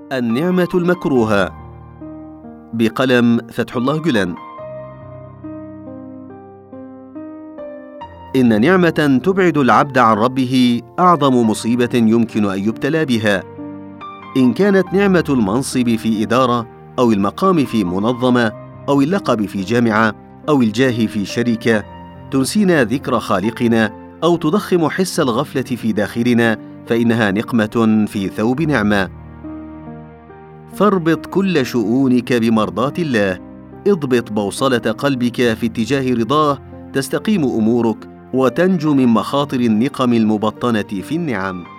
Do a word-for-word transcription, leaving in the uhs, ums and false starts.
النعمة المكروهة بقلم فتح الله جلان. إن نعمة تبعد العبد عن ربه أعظم مصيبة يمكن أن يبتلى بها، إن كانت نعمة المنصب في إدارة، أو المقام في منظمة، أو اللقب في جامعة، أو الجاه في شركة، تنسينا ذكر خالقنا أو تضخم حس الغفلة في داخلنا، فإنها نقمة في ثوب نعمة. فاربط كل شؤونك بمرضاة الله، اضبط بوصلة قلبك في اتجاه رضاه، تستقيم أمورك وتنجو من مخاطر النقم المبطنة في النعم.